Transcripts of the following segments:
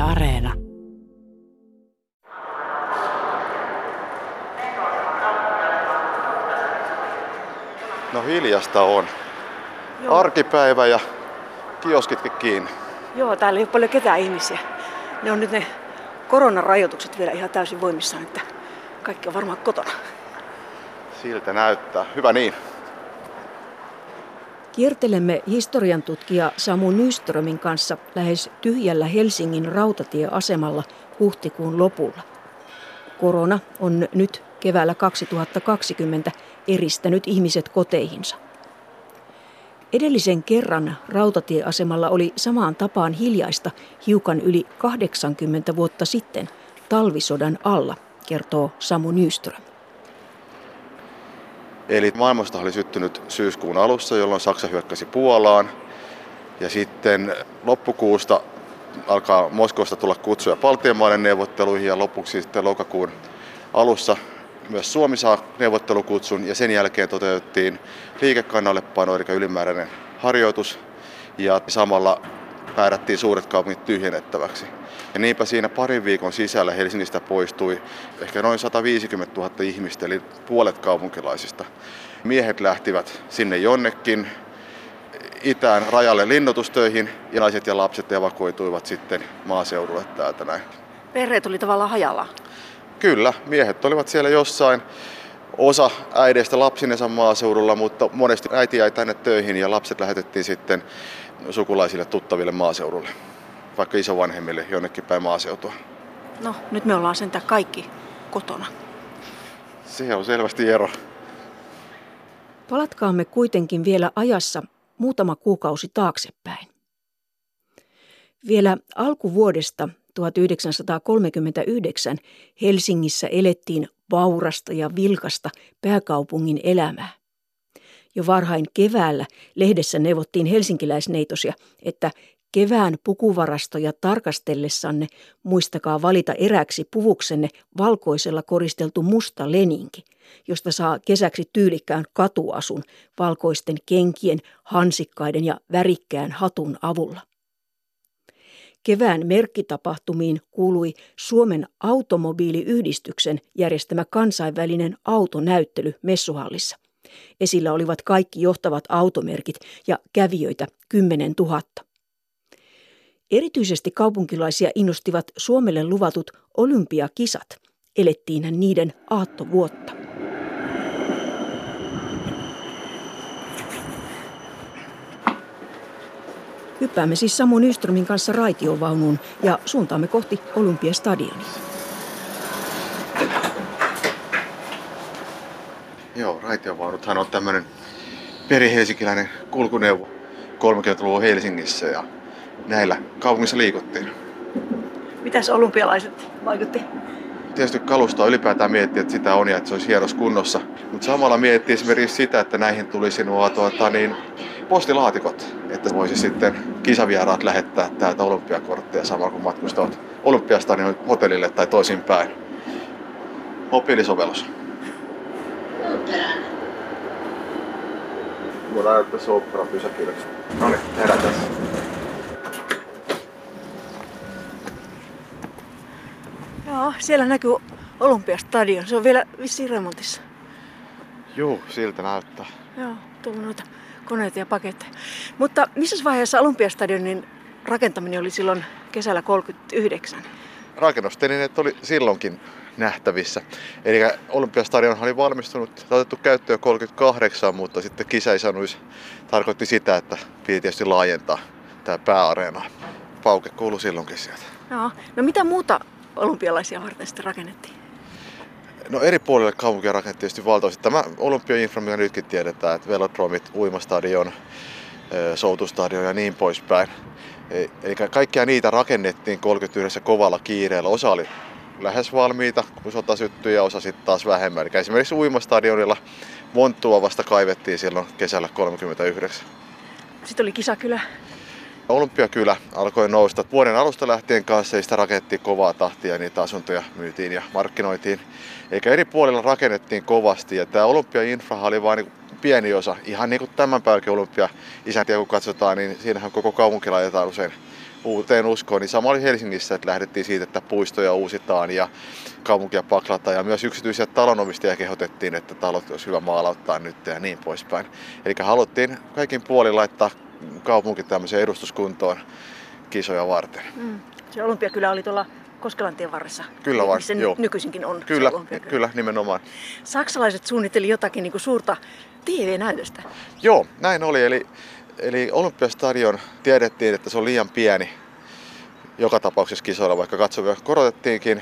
Areena. No hiljasta on. Joo. Arkipäivä ja kioskitkin kiinni. Joo, täällä ei ole paljon ketään ihmisiä. Ne on nyt ne koronarajoitukset vielä ihan täysin voimissaan, että kaikki on varmaan kotona. Siltä näyttää. Hyvä niin. Kiertelemme historian tutkija Samu Nyströmin kanssa lähes tyhjällä Helsingin rautatieasemalla huhtikuun lopulla. Korona on nyt keväällä 2020 eristänyt ihmiset koteihinsa. Edellisen kerran rautatieasemalla oli samaan tapaan hiljaista hiukan yli 80 vuotta sitten talvisodan alla, kertoo Samu Nyström. Eli maailmasta oli syttynyt syyskuun alussa, jolloin Saksa hyökkäsi Puolaan. Ja sitten loppukuusta alkaa Moskovasta tulla kutsuja Baltian maiden neuvotteluihin ja lopuksi sitten lokakuun alussa myös Suomi saa neuvottelukutsun ja sen jälkeen toteutettiin liikekannallepano, eli ylimääräinen harjoitus ja samalla määrättiin suuret kaupungit tyhjennettäväksi. Ja niinpä siinä parin viikon sisällä Helsingistä poistui ehkä noin 150 000 ihmistä, eli puolet kaupunkilaisista. Miehet lähtivät sinne jonnekin itään rajalle linnoitustöihin ja naiset ja lapset evakuoituivat sitten maaseudulle täältä näin. Perheet oli tavallaan hajallaan. Kyllä, miehet olivat siellä jossain. Osa äideistä lapsinensa maaseudulla, mutta monesti äiti jäi tänne töihin ja lapset lähetettiin sitten sukulaisille tuttaville maaseudulle, vaikka isovanhemmille jonnekin päin maaseutua. No, nyt me ollaan sentään kaikki kotona. Se on selvästi ero. Palatkaamme kuitenkin vielä ajassa muutama kuukausi taaksepäin. Vielä alkuvuodesta 1939 Helsingissä elettiin vaurasta ja vilkasta pääkaupungin elämää. Jo varhain keväällä lehdessä neuvottiin helsinkiläisneitosia, että kevään pukuvarastoja tarkastellessanne muistakaa valita eräksi puvuksenne valkoisella koristeltu musta leninki, josta saa kesäksi tyylikkään katuasun valkoisten kenkien, hansikkaiden ja värikkään hatun avulla. Kevään merkkitapahtumiin kuului Suomen automobiiliyhdistyksen järjestämä kansainvälinen autonäyttely Messuhallissa. Esillä olivat kaikki johtavat automerkit ja kävijöitä 10 000. Erityisesti kaupunkilaisia innostivat Suomelle luvatut olympiakisat. Elettiinhän niiden aattovuotta. Hyppäämme siis Samu Nyströmin kanssa raitiovaunuun ja suuntaamme kohti Olympiastadionia. Joo, raitiovaunuthan on tämmöinen perihelsinkiläinen kulkuneuvo 30-luvun Helsingissä ja näillä kaupungissa liikuttiin. Mitäs olympialaiset vaikutti? Tietysti kalustoa ylipäätään miettii, että sitä on ja että se olisi hienossa kunnossa. Mutta samalla miettii esimerkiksi sitä, että näihin tulisi nuo postilaatikot, että voisi sitten kisavieraat lähettää täältä olympiakortteja samalla kun matkustavat Olympiastadion hotellille tai toisinpäin. Mobiilisovellus. Voidaan näyttää se opera pysäkille. No niin, tehdään tässä. Joo, siellä näkyy Olympiastadion. Se on vielä vissiin remontissa. Joo, siltä näyttää. Joo, tullut noita koneita ja paketteja. Mutta missä vaiheessa Olympiastadionin rakentaminen oli silloin kesällä 1939? Rakennustelineet oli silloinkin nähtävissä. Eli Olympiastadion oli valmistunut ja otettu käyttöön 1938, mutta sitten kisaisanuis tarkoitti sitä, että piti tietysti laajentaa tämä pääareena. Pauke kuului silloinkin sieltä. Joo. No mitä muuta olympialaisia varten sitten rakennettiin? No eri puolille kaupunkia rakennettiin tietysti valtavasti. Tämä olympiainfra, mitä nytkin tiedetään, että velodromit, uimastadion, soutustadion ja niin poispäin. Eli kaikkia niitä rakennettiin 1939 kovalla kiireellä. Osa oli lähes valmiita, kun sota syttyi ja osa sitten taas vähemmän. Eli esimerkiksi uimastadionilla monttua vasta kaivettiin silloin kesällä 1939. Sitten oli kisakylä. Olympiakylä alkoi nousta. Vuoden alusta lähtien kanssa sitä rakennettiin kovaa tahtia ja niitä asuntoja myytiin ja markkinoitiin. Eikä eri puolilla rakennettiin kovasti ja tämä olympiainfra oli vain niin pieni osa. Ihan niin kuin tämän päivänkin olympia-isäntiä kun katsotaan, niin siinähän koko kaupunki laitetaan usein uuteen uskoon, niin sama oli Helsingissä, että lähdettiin siitä, että puistoja uusitaan ja kaupunkia paklataan ja myös yksityisiä talonomistajia kehotettiin, että talot olisi hyvä maalauttaa nyt ja niin poispäin. Eli haluttiin kaikin puolin laittaa kaupunki tämmöiseen edustuskuntoon kisoja varten. Se Olympiakylä oli tuolla Koskelantien varressa. Kyllä vaan, missä joo. Nykyisinkin on. Kyllä, nimenomaan. Saksalaiset suunnitteli jotakin niin kuin suurta TV-näytöstä. Joo, näin oli. Eli Olympiastadion tiedettiin, että se on liian pieni joka tapauksessa kisoilla, vaikka katsojia korotettiinkin.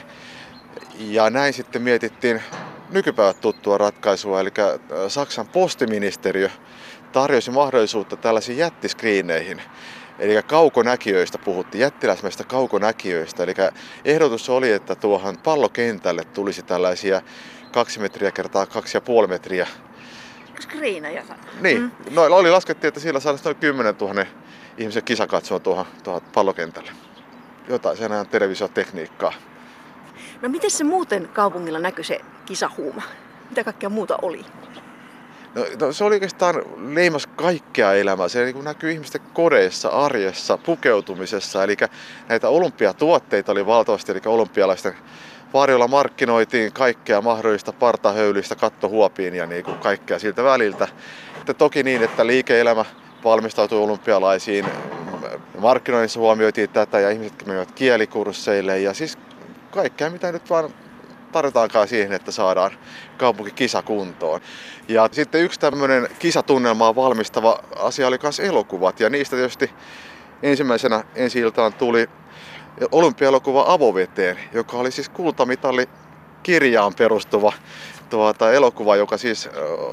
Ja näin sitten mietittiin nykypäivät tuttua ratkaisua, eli Saksan postiministeriö tarjosi mahdollisuutta tällaisiin jättiskriineihin. Eli kaukonäkijöistä puhuttiin, jättiläismäistä kaukonäkijöistä. Eli ehdotus oli, että tuohon pallokentälle tulisi tällaisia 2 metriä kertaa 2,5 metriä. Skriinejä. Niin, laskettiin, että sillä saadaan noin 10 000 ihmisen kisakatsoa tuohon pallokentälle. Jotain sen ajan televisiotekniikkaa. No miten se muuten kaupungilla näkyi se kisahuuma? Mitä kaikkea muuta oli? No, se oli oikeastaan leimas kaikkea elämää. Se niin näkyy ihmisten kodeissa, arjessa, pukeutumisessa. Eli näitä olympiatuotteita oli valtavasti, eli olympialaisten varjolla markkinoitiin kaikkea mahdollista partahöylistä, kattohuopiin ja niin kuin kaikkea siltä väliltä. Että toki niin, että liike-elämä valmistautui olympialaisiin. Markkinoinnissa huomioitiin tätä ja ihmiset menivät kielikursseille ja siis kaikkea mitä nyt vaan tarvitaankaan siihen, että saadaan kaupunki kisakuntoon. Ja sitten yksi tämmöinen kisatunnelmaa valmistava asia oli myös elokuvat ja niistä tietysti ensimmäisenä ensi-iltaan tuli olympiaelokuva Avoveteen, joka oli siis kultamitali kirjaan perustuva elokuva, joka siis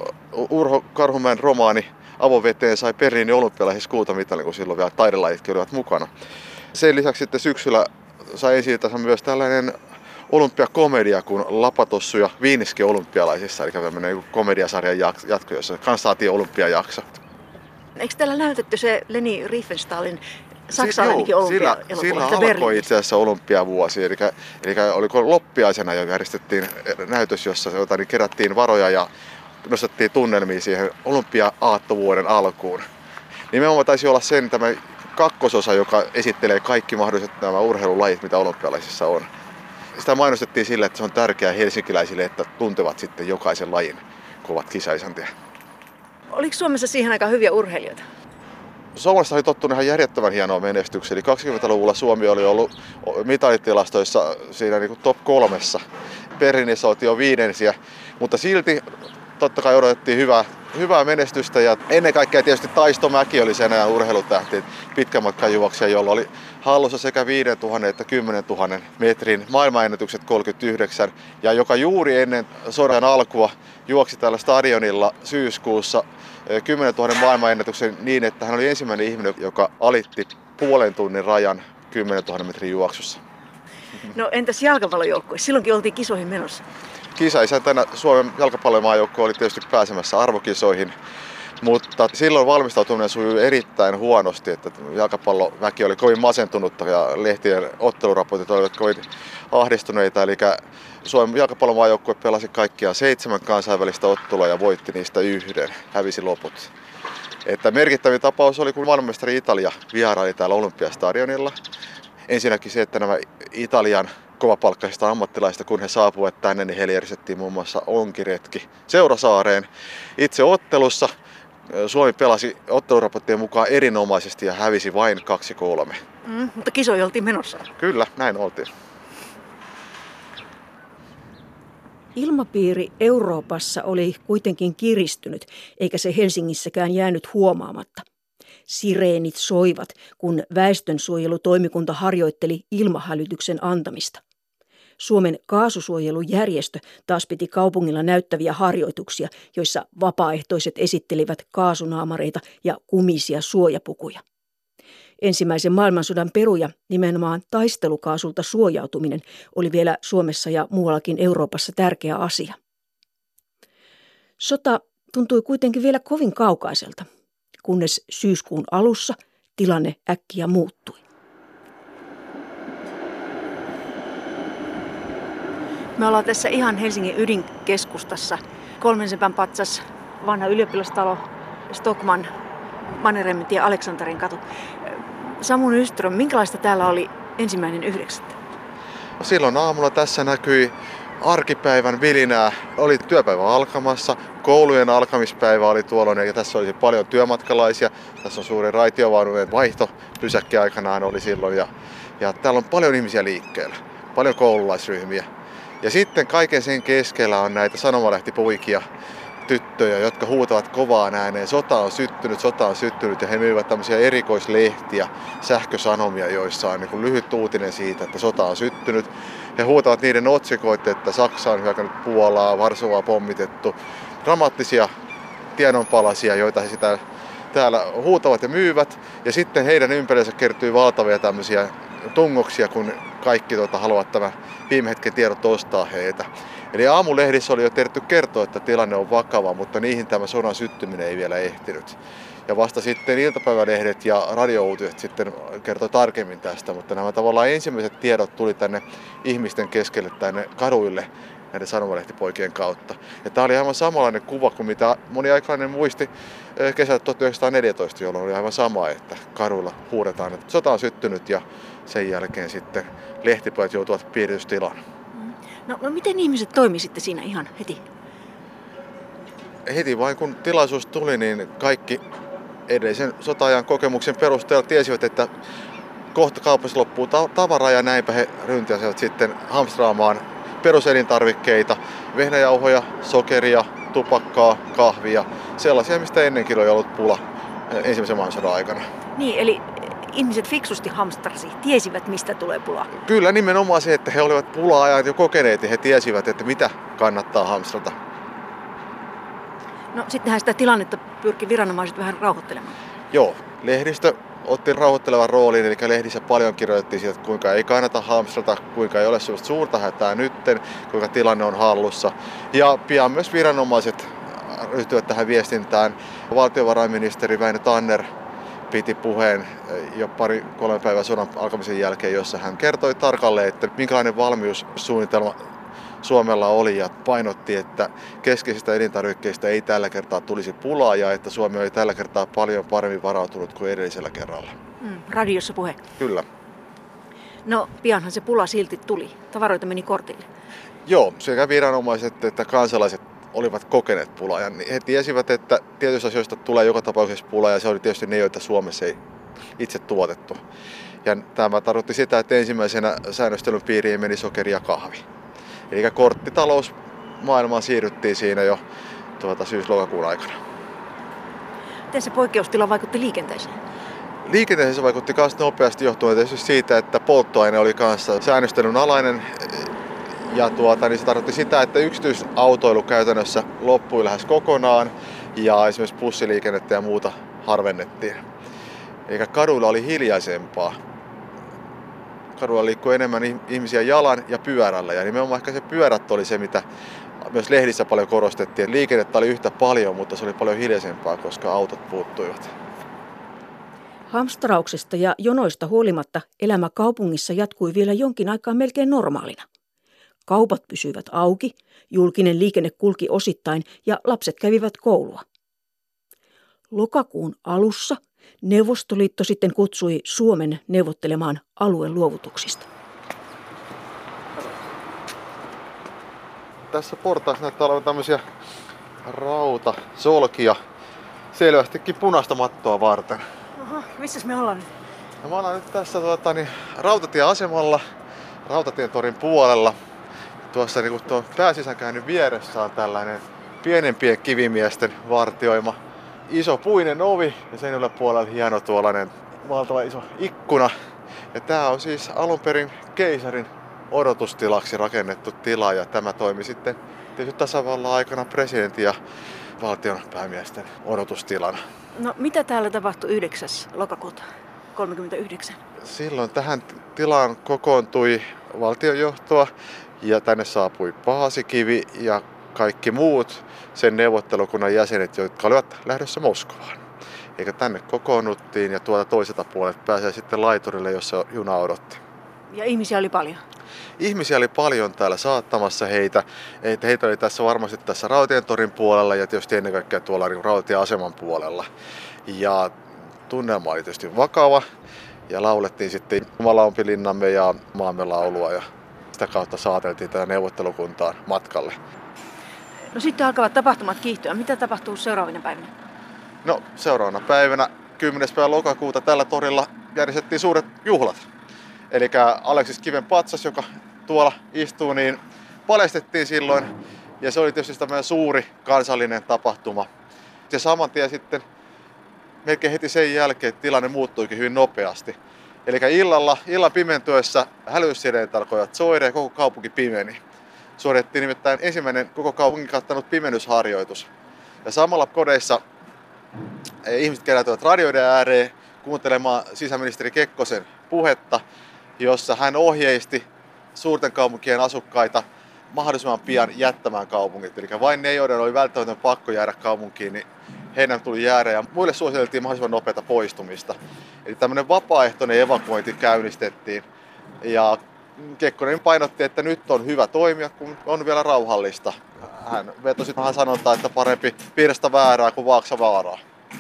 Urho Karhumäen romaani Avoveteen sai Berliinin olympialaisissa kultamitalin, kun silloin vielä taidelajitkin olivat mukana. Sen lisäksi sitten syksyllä sai ensi-iltansa myös tällainen olympiakomedia kuin Lapatossu ja Viiniski olympialaisissa, eli tämmöinen komediasarjan jatko, jossa kanssa saatiin olympiajakso. Eikö täällä näytetty se Leni Riefenstahlin saksalainenkin olympia-elokuva? Sillä alkoi itse asiassa olympiavuosi, eli oliko loppiaisena jo järjestettiin näytös, jossa kerättiin varoja ja nostettiin tunnelmia siihen olympia-aattovuoden alkuun. Nimenomaan taisi olla sen tämä kakkososa, joka esittelee kaikki mahdolliset nämä urheilulajit, mitä olympialaisissa on. Sitä mainostettiin sillä, että se on tärkeää helsinkiläisille, että tuntevat sitten jokaisen lajin, kun ovat kisaisäntiä. Oliko Suomessa siihen aikaan hyviä urheilijoita? Suomessa oli tottunut ihan järjettömän hienoa menestyksiä. Eli 20-luvulla Suomi oli ollut mitalitilastoissa siinä niin kuin top 3. Berliinissä oltiin jo 5. Mutta silti totta kai odotettiin hyvää menestystä ja ennen kaikkea tietysti Taisto Mäki oli sen ajan urheilutähti, pitkän matkan juoksija, jolla oli hallussa sekä 5 000 että 10 000 metrin maailmanennätykset 39 ja joka juuri ennen sodan alkua juoksi täällä stadionilla syyskuussa 10 000 maailmanennätyksen niin, että hän oli ensimmäinen ihminen, joka alitti puolen tunnin rajan 10 000 metrin juoksussa. No entäs jalkapallojoukkue? Silloinkin oltiin kisoihin menossa. Kisaisäntänä Suomen jalkapallomaajoukkue oli tietysti pääsemässä arvokisoihin, mutta silloin valmistautuminen sujui erittäin huonosti, että jalkapalloväki oli kovin masentunutta ja lehtien otteluraportit olivat kovin ahdistuneita. Eli Suomen jalkapallomaajoukkue pelasi kaikkiaan 7 kansainvälistä ottelua ja voitti niistä 1, hävisi loput. Että merkittävin tapaus oli, kun maailmanmestari Italia vieraili täällä Olympiastadionilla. Ensinnäkin se, että nämä Italian kovapalkkaisista ammattilaisista, kun he saapuivat tänne, niin heille järjestettiin muun muassa onkiretki Seurasaareen. Itse ottelussa Suomi pelasi otteluraporttien mukaan erinomaisesti ja hävisi vain 2-3. Mutta kisoja oltiin menossa. Kyllä, näin oltiin. Ilmapiiri Euroopassa oli kuitenkin kiristynyt, eikä se Helsingissäkään jäänyt huomaamatta. Sireenit soivat, kun väestönsuojelutoimikunta harjoitteli ilmahälytyksen antamista. Suomen kaasusuojelujärjestö taas piti kaupungilla näyttäviä harjoituksia, joissa vapaaehtoiset esittelivät kaasunaamareita ja kumisia suojapukuja. Ensimmäisen maailmansodan peruja, nimenomaan taistelukaasulta suojautuminen, oli vielä Suomessa ja muuallakin Euroopassa tärkeä asia. Sota tuntui kuitenkin vielä kovin kaukaiselta, kunnes syyskuun alussa tilanne äkkiä muuttui. Me ollaan tässä ihan Helsingin ydinkeskustassa. 3 sepän patsas, vanha ylioppilastalo, Stockmann, Mannerheimintie, Aleksanterin katu. Samu Nyström, minkälaista täällä oli 1.9.? Silloin aamulla tässä näkyi arkipäivän vilinää. Oli työpäivä alkamassa, koulujen alkamispäivä oli tuolloin ja tässä oli paljon työmatkalaisia. Tässä on suuri raitiovaunujen vaihtopysäkki aikanaan oli silloin ja täällä on paljon ihmisiä liikkeellä, paljon koululaisryhmiä. Ja sitten kaiken sen keskellä on näitä sanomalehtipoikia, tyttöjä, jotka huutavat kovaan ääneen, sota on syttynyt ja he myyvät tämmöisiä erikoislehtiä, sähkösanomia, joissa on niin lyhyt uutinen siitä, että sota on syttynyt. He huutavat niiden otsikoita, että Saksa on hyökännyt Puolaa, Varsovaa pommitettu. Dramaattisia tiedonpalasia, joita he sitä täällä huutavat ja myyvät. Ja sitten heidän ympäriinsä kertyy valtavia tämmöisiä tungoksia, kun kaikki haluavat tämän viime hetken tiedot ostaa heitä. Eli aamulehdissä oli jo tiedetty kertoa, että tilanne on vakava, mutta niihin tämä sodan syttyminen ei vielä ehtinyt. Ja vasta sitten iltapäivälehdet ja radiouutiset sitten kertoi tarkemmin tästä, mutta nämä tavallaan ensimmäiset tiedot tuli tänne ihmisten keskelle, tänne kaduille näiden sanomalehtipoikien kautta. Ja tämä oli aivan samanlainen kuva kuin mitä moniaikainen muisti kesältä 1914, jolloin oli aivan sama, että kaduilla huudetaan, että sota on syttynyt ja sen jälkeen sitten lehtipojat joutuvat piiritystilaan. No miten ihmiset toimi sitten siinä ihan heti? Heti vain kun tilaisuus tuli, niin kaikki edellisen sota-ajan kokemuksen perusteella tiesivät, että kohta kaupassa loppuu tavaraa ja näinpä he ryntäsivät sitten hamstraamaan peruselintarvikkeita, vehnäjauhoja, sokeria, tupakkaa, kahvia, sellaisia, mistä ennenkin oli ollut pula ensimmäisen maailmansodan aikana. Niin, eli ihmiset fiksusti hamstrasi, tiesivät mistä tulee pulaa. Kyllä, nimenomaan se, että he olivat pula-ajat jo kokeneet ja he tiesivät, että mitä kannattaa hamstrata. No sittenhän sitä tilannetta pyrki viranomaiset vähän rauhoittelemaan. Joo, lehdistö otti rauhoittelevan roolin, eli lehdissä paljon kirjoitettiin siitä, että kuinka ei kannata hamstrata, kuinka ei ole sellaista suurta hätää nytten, kuinka tilanne on hallussa. Ja pian myös viranomaiset ryhtyivät tähän viestintään. Valtiovarainministeri Väinö Tanner piti puheen jo 2-3 päivää sodan alkamisen jälkeen, jossa hän kertoi tarkalleen, että minkälainen valmiussuunnitelma Suomella oli ja painotti, että keskeisistä elintarvikkeista ei tällä kertaa tulisi pulaa ja että Suomi oli tällä kertaa paljon paremmin varautunut kuin edellisellä kerralla. Radiossa puhe. Kyllä. No pianhan se pula silti tuli. Tavaroita meni kortille. Joo, sekä viranomaiset että kansalaiset olivat kokeneet pulaa ja he tiesivät, että tietyistä asioista tulee joka tapauksessa pulaa ja se oli tietysti ne, joita Suomessa ei itse tuotettu. Ja tämä tarkoitti sitä, että ensimmäisenä säännöstelyn piiriin meni sokeri ja kahvi. Eli korttitalousmaailmaan siirryttiin siinä jo syys-lokakuun aikana. Miten se poikkeustila vaikutti liikenteeseen? Liikenteeseen se vaikutti myös nopeasti johtuen tietysti siitä, että polttoaine oli kanssa säännöstelyn alainen. Ja niin se tarkoitti sitä, että yksityisautoilu käytännössä loppui lähes kokonaan ja esimerkiksi bussiliikennettä ja muuta harvennettiin. Eli kaduilla oli hiljaisempaa. Kadulla liikkui enemmän ihmisiä jalan ja pyörällä ja nimenomaan ehkä se pyörät oli se, mitä myös lehdissä paljon korostettiin. Liikennettä oli yhtä paljon, mutta se oli paljon hiljaisempaa, koska autot puuttuivat. Hamstrauksesta ja jonoista huolimatta elämä kaupungissa jatkui vielä jonkin aikaa melkein normaalina. Kaupat pysyivät auki, julkinen liikenne kulki osittain ja lapset kävivät koulua. Lokakuun alussa Neuvostoliitto sitten kutsui Suomen neuvottelemaan alueluovutuksista. Tässä portaassa näyttää olevan tämmöisiä rautasolkia selvästikin punaista mattoa varten. Aha, missäs me ollaan nyt? No, me ollaan nyt tässä rautatieasemalla, Rautatien torin puolella. Tuossa niin tuon pääsisäänkäynnin vieressä on tällainen pienempien kivimiesten vartioima iso puinen ovi ja sen yläpuolella hieno tuollainen valtava iso ikkuna. Ja tää on siis alun perin keisarin odotustilaksi rakennettu tila ja tämä toimi sitten tietysti tasavallan aikana presidentin ja valtion päämiesten odotustilana. No mitä täällä tapahtui 9. lokakuuta 1939? Silloin tähän tilaan kokoontui valtionjohtoa ja tänne saapui Paasikivi ja kaikki muut sen neuvottelukunnan jäsenet, jotka olivat lähdössä Moskovaan. Eikä tänne kokoonnuttiin ja tuolta toiselta puolelta pääsee sitten laiturille, jossa juna odotti. Ja ihmisiä oli paljon? Ihmisiä oli paljon täällä saattamassa heitä. Heitä oli tässä varmasti tässä Rautatien torin puolella ja tietysti ennen kaikkea tuolla Rautatieaseman puolella. Ja tunnelma oli tietysti vakava Ja laulettiin sitten Oma Laumpilinnamme ja Maamme laulua ja sitä kautta saateltiin tätä neuvottelukuntaan matkalle. No sitten alkavat tapahtumat kiihtyä. Mitä tapahtuu seuraavina päivinä? No seuraavana päivänä 10. päivä lokakuuta tällä torilla järjestettiin suuret juhlat. Eli Aleksis Kiven patsas, joka tuolla istuu, niin paljastettiin silloin. Ja se oli tietysti tämmöinen suuri kansallinen tapahtuma. Ja saman tien sitten melkein heti sen jälkeen tilanne muuttuikin hyvin nopeasti. Eli illan pimentyessä hälytyssireet alkoivat soida ja koko kaupunki pimeni. Suoritettiin nimittäin ensimmäinen koko kaupungin kattanut pimennysharjoitus. Ja samalla kodeissa ihmiset kerääntyivät radioiden ääreen kuuntelemaan sisäministeri Kekkosen puhetta, jossa hän ohjeisti suurten kaupunkien asukkaita mahdollisimman pian jättämään kaupungit. Eli vain ne, joiden oli välttämätön pakko jäädä kaupunkiin, niin heidän tuli jäädä ja muille suositeltiin mahdollisimman nopeata poistumista. Eli tämmöinen vapaaehtoinen evakuointi käynnistettiin. Ja Kekkonen painotti, että nyt on hyvä toimia, kun on vielä rauhallista. Hän vetosi vähän sanontaa, että parempi piirrestä väärää kuin vaaksa vaaraa.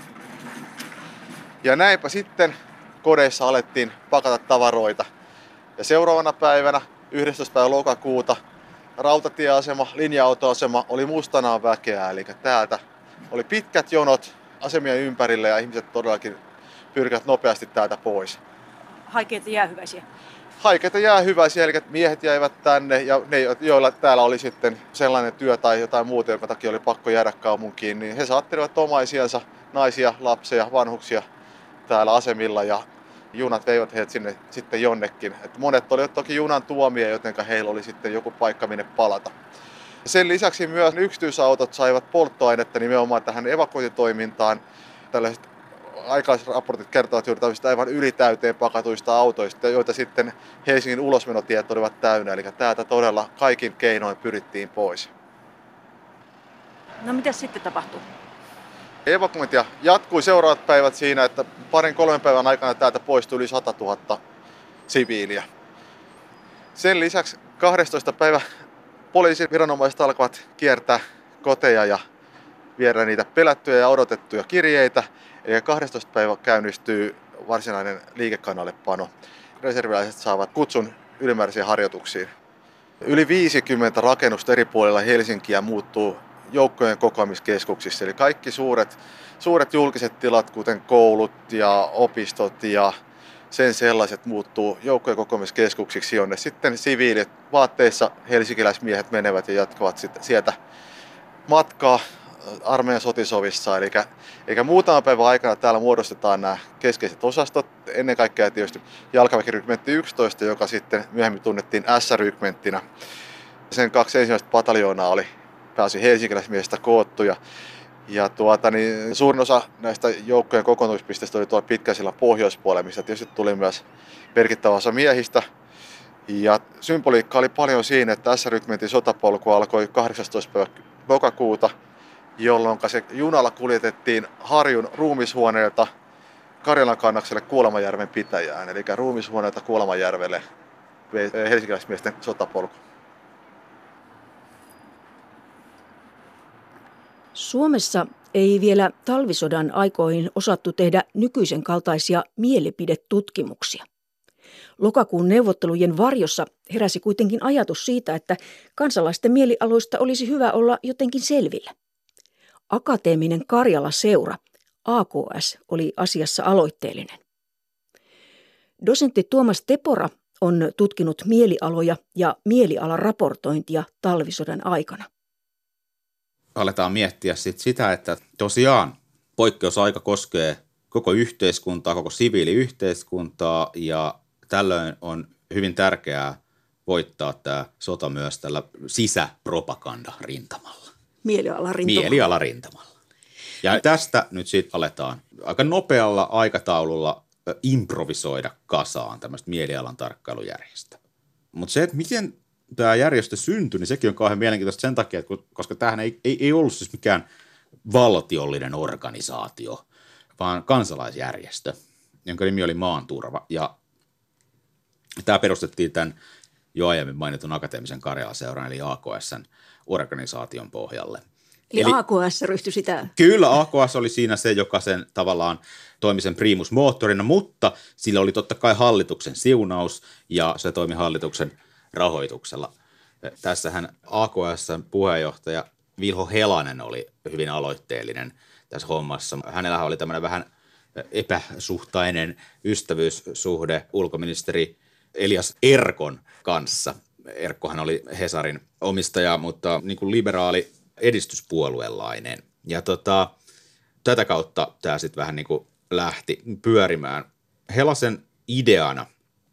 Ja näinpä sitten kodeissa alettiin pakata tavaroita. Ja seuraavana päivänä, 11. päivä lokakuuta, rautatieasema, linja-autoasema oli mustanaan väkeä. Eli täältä oli pitkät jonot asemien ympärillä ja ihmiset todellakin pyrkivät nopeasti täältä pois. Haikeita jäähyväisiä. Haikeita jäähyväisiä, eli miehet jäivät tänne ja ne, joilla täällä oli sitten sellainen työ tai jotain muuta, jonka takia oli pakko jäädä kaupunkiin, niin he saattelivat omaisiansa, naisia, lapsia, vanhuksia täällä asemilla ja junat veivät heidät sinne sitten jonnekin. Et monet olivat toki junan tuomia, joten heillä oli sitten joku paikka minne palata. Sen lisäksi myös yksityisautot saivat polttoainetta nimenomaan tähän evakuointitoimintaan. Tällaiset aikaisraportit kertovat juuri tällaisista aivan ylitäyteen pakatuista autoista, joita sitten Helsingin ulosmenotiet olivat täynnä. Eli täältä todella kaikin keinoin pyrittiin pois. No mitä sitten tapahtuu? Evakuointia jatkui seuraavat päivät siinä, että 2-3 päivän aikana täältä poistui yli 100 000 siviiliä. Sen lisäksi 12. päivä poliisiviranomaiset alkavat kiertää koteja ja viedä niitä pelättyjä ja odotettuja kirjeitä. Eli 12. päivä käynnistyy varsinainen liikekannallepano. Reserviläiset saavat kutsun ylimääräisiin harjoituksiin. Yli 50 rakennusta eri puolilla Helsinkiä muuttuu joukkojen kokoamiskeskuksissa. Eli kaikki suuret julkiset tilat, kuten koulut ja opistot ja sen sellaiset muuttuu joukkojen kokoamiskeskuksiksi, jonne sitten siviilit vaatteissa helsinkiläismiehet menevät ja jatkavat sitten sieltä matkaa armeijan sotisovissa. Eli muutaman päivän aikana täällä muodostetaan nämä keskeiset osastot. Ennen kaikkea tietysti jalkaväkirykmentti 11, joka sitten myöhemmin tunnettiin S-rykmenttinä. Sen 2 ensimmäistä pataljoonaa oli pääsi helsinkiläismiehistä koottu. Suurin osa näistä joukkojen kokoontumispisteistä oli tuolla Pitkäsillan pohjoispuolella, mistä tietysti tuli myös merkittävä osa miehistä. Ja symboliikka oli paljon siinä, että S-rykmentin sotapolku alkoi 18. päivä lokakuuta, jolloin se junalla kuljetettiin Harjun ruumishuoneelta Karjalankannakselle Kuolemanjärven pitäjään. Eli ruumishuoneelta Kuolemanjärvelle helsinkiläismiesten sotapolku. Suomessa ei vielä talvisodan aikoihin osattu tehdä nykyisen kaltaisia mielipidetutkimuksia. Lokakuun neuvottelujen varjossa heräsi kuitenkin ajatus siitä, että kansalaisten mielialoista olisi hyvä olla jotenkin selvillä. Akateeminen Karjala-seura, AKS, oli asiassa aloitteellinen. Dosentti Tuomas Tepora on tutkinut mielialoja ja mielialaraportointia talvisodan aikana. Aletaan miettiä sitä, että tosiaan poikkeusaika koskee koko yhteiskuntaa, koko siviiliyhteiskuntaa ja tällöin on hyvin tärkeää voittaa tämä sota myös tällä sisäpropagandarintamalla. Mielialarintamalla. Ja tästä nyt sitten aletaan aika nopealla aikataululla improvisoida kasaan tämmöistä mielialan tarkkailujärjestöä. Mutta se, että miten tämä järjestö syntyi, niin sekin on kauhean mielenkiintoista sen takia, että koska tämähän ei ollut siis mikään valtiollinen organisaatio, vaan kansalaisjärjestö, jonka nimi oli Maanturva. Ja tämä perustettiin tämän jo aiemmin mainitun Akateemisen Karjala-seuran eli AKS:n organisaation pohjalle. Eli AKS ryhtyi sitä? Kyllä, AKS oli siinä se, joka sen tavallaan toimi sen primus moottorina, mutta sillä oli totta kai hallituksen siunaus ja se toimi hallituksen rahoituksella. Tässähän AKS:n puheenjohtaja Vilho Helanen oli hyvin aloitteellinen tässä hommassa. Hänellähän oli tämmöinen vähän epäsuhtainen ystävyyssuhde ulkoministeri Elias Erkon kanssa. Erkkohan oli Hesarin omistaja, mutta niin kuin liberaali edistyspuolueelainen. Ja tätä kautta tämä sitten vähän niin kuin lähti pyörimään. Helasen ideana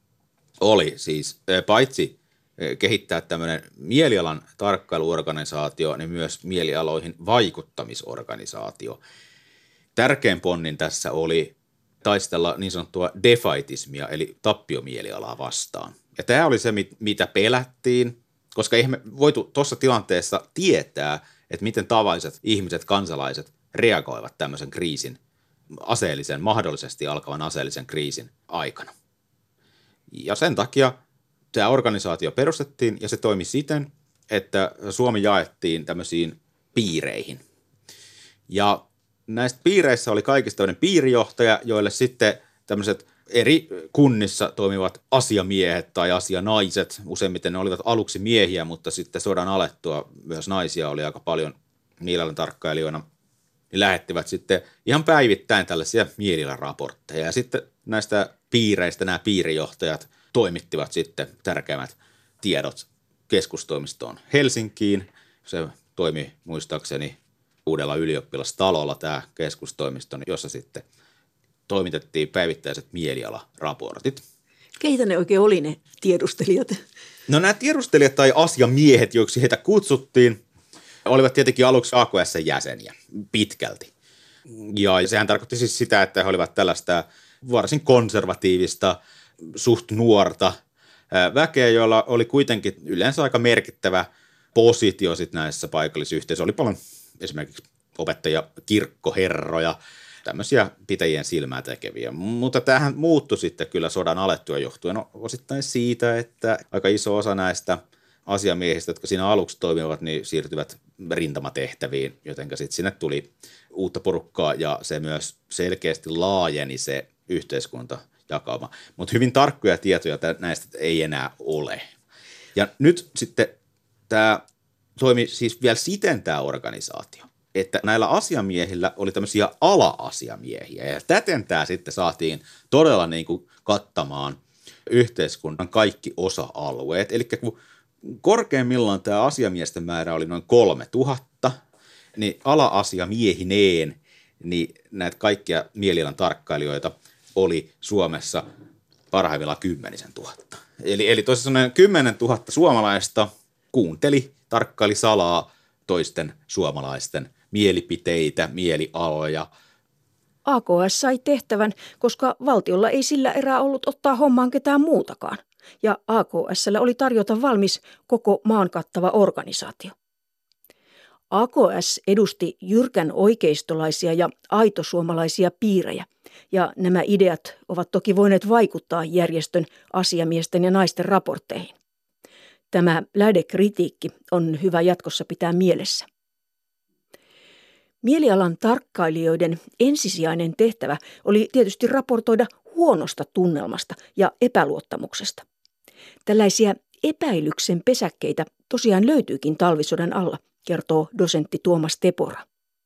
oli siis paitsi kehittää tämmöinen mielialan tarkkailuorganisaatio, niin myös mielialoihin vaikuttamisorganisaatio. Tärkein ponnin tässä oli taistella niin sanottua defaitismia, eli tappiomielialaa vastaan. Ja tämä oli se, mitä pelättiin, koska eihän me voitu tuossa tilanteessa tietää, että miten tavalliset ihmiset, kansalaiset reagoivat tämmöisen kriisin, mahdollisesti alkavan aseellisen kriisin aikana. Ja sen takia tämä organisaatio perustettiin ja se toimi siten, että Suomi jaettiin tämmöisiin piireihin. Ja näistä piireissä oli kaikista toinen piirijohtaja, joille sitten tämmöiset eri kunnissa toimivat asiamiehet tai asianaiset, useimmiten ne olivat aluksi miehiä, mutta sitten sodan alettua myös naisia oli aika paljon mielialan tarkkailijoina, niin lähettivät sitten ihan päivittäin tällaisia mielialaraportteja. Ja sitten näistä piireistä nämä piirijohtajat toimittivat sitten tärkeimmät tiedot keskustoimistoon Helsinkiin. Se toimi muistaakseni Uudella ylioppilastalolla tämä keskustoimisto, jossa sitten toimitettiin päivittäiset mielialaraportit. Keitä ne oikein oli ne tiedustelijat? No nämä tiedustelijat tai asiamiehet, joiksi heitä kutsuttiin, olivat tietenkin aluksi AKS:n jäseniä pitkälti. Ja sehän tarkoitti siis sitä, että he olivat tällaista varsin konservatiivista, suht nuorta väkeä, joilla oli kuitenkin yleensä aika merkittävä positio sitten näissä paikallisyhteisöissä. Oli paljon esimerkiksi opettajia, kirkkoherroja, tämmöisiä pitäjien silmää tekeviä. Mutta tämähän muuttui sitten kyllä sodan alettua johtuen osittain siitä, että aika iso osa näistä asiamiehistä, jotka siinä aluksi toimivat, niin siirtyvät rintamatehtäviin, jotenka sitten sinne tuli uutta porukkaa ja se myös selkeästi laajeni se yhteiskuntajakauma. Mutta hyvin tarkkoja tietoja näistä ei enää ole. Ja nyt sitten tämä toimi siis vielä siten tämä organisaatio, että näillä asiamiehillä oli tämmöisiä ala-asiamiehiä ja täten tämä sitten saatiin todella niin kuin kattamaan yhteiskunnan kaikki osa-alueet. Eli kun korkeimmillaan tämä asiamiesten määrä oli noin 3000, niin ala-asiamiehineen niin näitä kaikkia mielialan tarkkailijoita oli Suomessa parhaimmillaan 10 000. Eli tosiaan 10 000 suomalaista kuunteli, tarkkaili salaa toisten suomalaisten mielipiteitä, mielialoja. AKS sai tehtävän, koska valtiolla ei sillä erää ollut ottaa hommaan ketään muutakaan. Ja AKS:llä oli tarjota valmis koko maan kattava organisaatio. AKS edusti jyrkän oikeistolaisia ja aitosuomalaisia piirejä, ja nämä ideat ovat toki voineet vaikuttaa järjestön asiamiesten ja naisten raportteihin. Tämä lähdekritiikki on hyvä jatkossa pitää mielessä. Mielialan tarkkailijoiden ensisijainen tehtävä oli tietysti raportoida huonosta tunnelmasta ja epäluottamuksesta. Tällaisia epäilyksen pesäkkeitä tosiaan löytyykin talvisodan alla, kertoo dosentti Tuomas Tepora.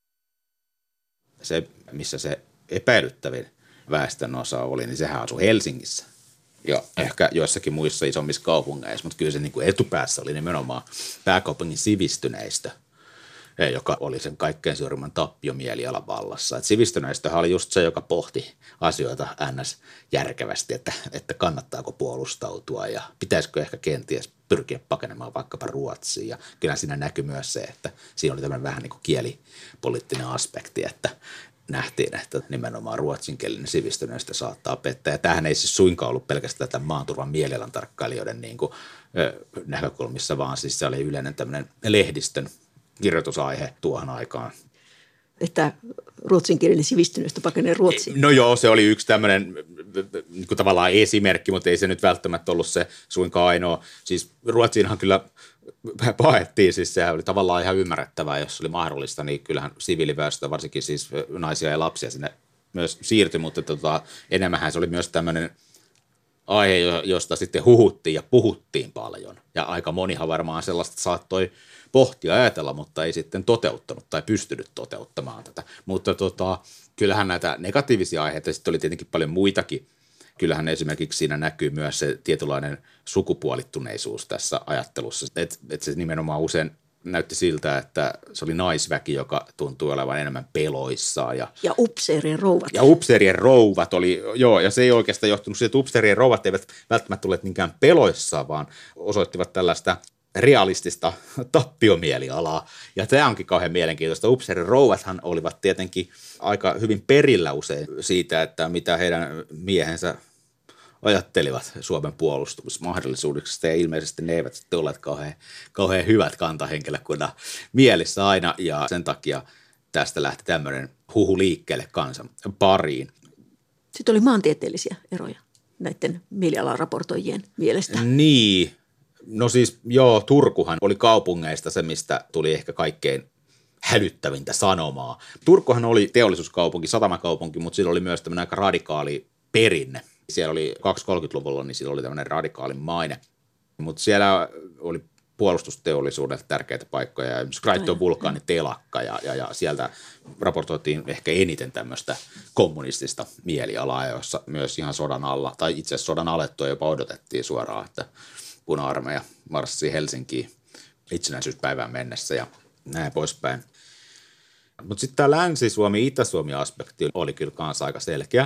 Se, missä se epäilyttävin väestönosa oli, niin sehän asui Helsingissä. Ja ehkä joissakin muissa isommissa kaupungeissa, mutta kyllä se niin kuin etupäässä oli nimenomaan pääkaupungin sivistyneistö, joka oli sen kaikkein suurimman tappiomielialan vallassa. Et sivistyneistöhän oli just se, joka pohti asioita ns. Järkevästi, että kannattaako puolustautua ja pitäisikö ehkä kenties pyrkiä pakenemaan vaikkapa Ruotsiin. Ja kyllä siinä näkyi myös se, että siinä oli tämmöinen vähän niin kuin kielipoliittinen aspekti, että nähtiin, että nimenomaan ruotsinkielinen sivistyneistö saattaa pettää. Ja tämähän ei siis suinkaan ollut pelkästään tämän maanturvan mielialan tarkkailijoiden niin kuin, näkökulmissa, vaan siis se oli yleinen tämmöinen lehdistön kirjoitusaihe tuohon aikaan. että ruotsinkielinen sivistyneestä pakenee Ruotsiin? No joo, se oli yksi tämmöinen niin kuin tavallaan esimerkki, mutta ei se nyt välttämättä ollut se suinkaan ainoa. Siis Ruotsiinhan kyllä paettiin, siis sehän oli tavallaan ihan ymmärrettävää, jos oli mahdollista, niin kyllähän siviiliväestö, varsinkin siis naisia ja lapsia sinne myös siirtyi, mutta enemmänhän se oli myös tämmöinen aihe, josta sitten huhuttiin ja puhuttiin paljon. Ja aika monihan varmaan sellaista saattoi pohtia ajatella, mutta ei sitten toteuttanut tai pystynyt toteuttamaan tätä. Mutta kyllähän näitä negatiivisia aiheita sitten oli tietenkin paljon muitakin. Kyllähän esimerkiksi siinä näkyy myös se tietynlainen sukupuolittuneisuus tässä ajattelussa. Että se nimenomaan usein näytti siltä, että se oli naisväki, joka tuntui olevan enemmän peloissaan. Ja upseerien rouvat. Ja upseerien rouvat oli, joo, ja se ei oikeastaan johtunut siitä, että upseerien rouvat eivät välttämättä tulleet minkään peloissaan, vaan osoittivat tällaista realistista tappiomielialaa. Ja tämä onkin kauhean mielenkiintoista. Upseerin rouvathan olivat tietenkin aika hyvin perillä usein siitä, että mitä heidän miehensä ajattelivat Suomen puolustusmahdollisuuksista, ja ilmeisesti ne eivät sitten olleet kauhean hyvät kantahenkilökunnan mielissä aina, ja sen takia tästä lähti tämmöinen huhu liikkeelle kansan pariin. Sitten oli maantieteellisiä eroja näiden mielialaraportoijien mielestä. Niin, no siis joo, Turkuhan oli kaupungeista se, mistä tuli ehkä kaikkein hälyttävintä sanomaa. Turkuhan oli teollisuuskaupunki, satamakaupunki, mutta sillä oli myös tämmöinen aika radikaali perinne. Siellä oli 20-30-luvulla, niin sillä oli tämmöinen radikaali maine, mutta siellä oli puolustusteollisuudelle tärkeitä paikkoja, ja esimerkiksi Kraittion vulkaanitelakka, ja sieltä raportoitiin ehkä eniten tämmöistä kommunistista mielialaa, jossa myös ihan sodan alla, tai itse asiassa sodan alettua jopa odotettiin suoraan, että Puna-armeija marssii Helsinkiin itsenäisyyspäivään mennessä ja näin poispäin. Mutta sitten tämä Länsi-Suomi, Itä-Suomi-aspekti oli kyllä kanssa aika selkeä.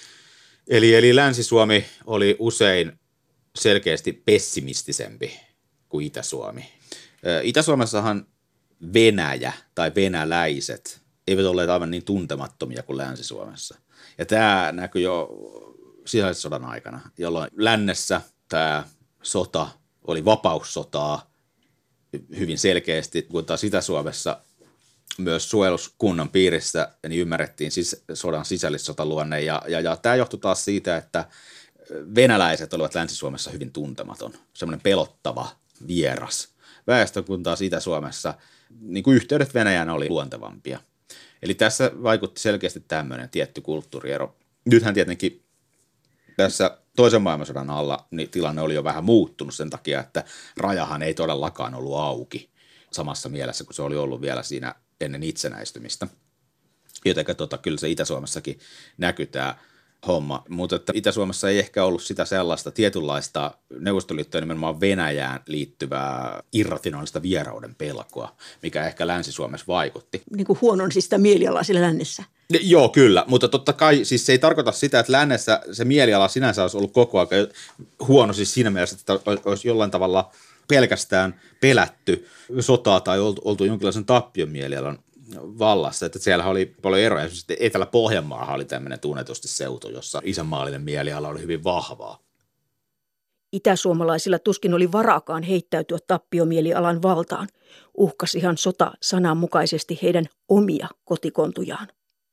Eli Länsi-Suomi oli usein selkeästi pessimistisempi kuin Itä-Suomi. Itä-Suomessahan Venäjä tai venäläiset eivät olleet aivan niin tuntemattomia kuin Länsi-Suomessa. Ja tämä näkyi jo sisällissodan aikana, jolloin lännessä tämä sota oli vapaussotaa hyvin selkeästi, kun taas Itä-Suomessa myös suojeluskunnan piirissä niin ymmärrettiin siis sodan sisällissotaluonne, ja tämä johtui taas siitä, että venäläiset olivat Länsi-Suomessa hyvin tuntematon, semmoinen pelottava vieras väestö, kun taas Itä-Suomessa niin kuin yhteydet Venäjään oli luontevampia. Eli tässä vaikutti selkeästi tämmöinen tietty kulttuuriero. Nythän tietenkin tässä toisen maailmansodan alla niin tilanne oli jo vähän muuttunut sen takia, että rajahan ei todellakaan ollut auki samassa mielessä, kun se oli ollut vielä siinä ennen itsenäistymistä. Jotenka kyllä se Itä-Suomessakin näkyy tämä homma, mutta että Itä-Suomessa ei ehkä ollut sitä sellaista tietynlaista Neuvostoliittoon nimenomaan Venäjään liittyvää irrationaalista vierauden pelkoa, mikä ehkä Länsi-Suomessa vaikutti. Niin kuin huonon siis sitä mielialaa siellä lännessä. Joo, kyllä, mutta totta kai siis se ei tarkoita sitä, että lännessä se mieliala sinänsä olisi ollut koko ajan huono siis siinä mielessä, että olisi jollain tavalla pelkästään pelätty sotaa tai oltu jonkinlaisen tappion mielialan vallassa, että siellä oli paljon eroja. Esimerkiksi Etelä-Pohjanmaahan oli tämmöinen tunnetusti seutu, jossa isänmaallinen mieliala oli hyvin vahvaa. Itäsuomalaisilla tuskin oli varaakaan heittäytyä tappiomielialan valtaan. Uhkasihan sota sananmukaisesti heidän omia kotikontujaan.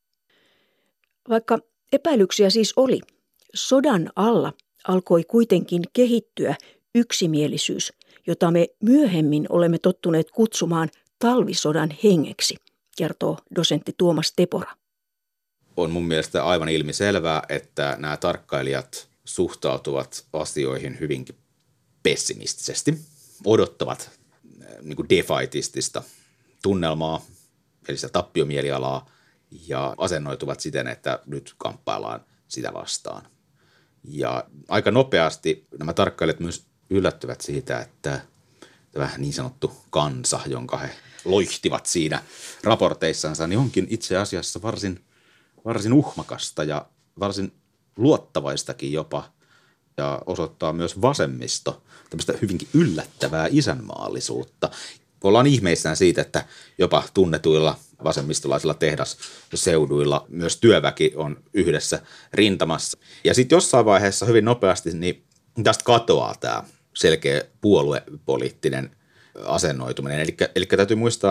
Vaikka epäilyksiä siis oli, sodan alla alkoi kuitenkin kehittyä yksimielisyys, jota me myöhemmin olemme tottuneet kutsumaan talvisodan hengeksi, kertoo dosentti Tuomas Tepora. On mun mielestä aivan ilmiselvää, että nämä tarkkailijat suhtautuvat asioihin hyvinkin pessimistisesti, odottavat niin kuin defaitistista tunnelmaa, eli sitä tappiomielialaa, ja asennoituvat siten, että nyt kamppaillaan sitä vastaan. Ja aika nopeasti nämä tarkkailijat myös yllättyvät siitä, että tämä niin sanottu kansa, jonka he loihtivat siinä raporteissansa, niin onkin itse asiassa varsin uhmakasta ja varsin luottavaistakin jopa, ja osoittaa myös vasemmisto tämmöistä hyvinkin yllättävää isänmaallisuutta. Ollaan ihmeissään siitä, että jopa tunnetuilla vasemmistolaisilla tehdasseuduilla myös työväki on yhdessä rintamassa. Ja sitten jossain vaiheessa hyvin nopeasti niin tästä katoaa tämä selkeä puoluepoliittinen asennoituminen. Eli täytyy muistaa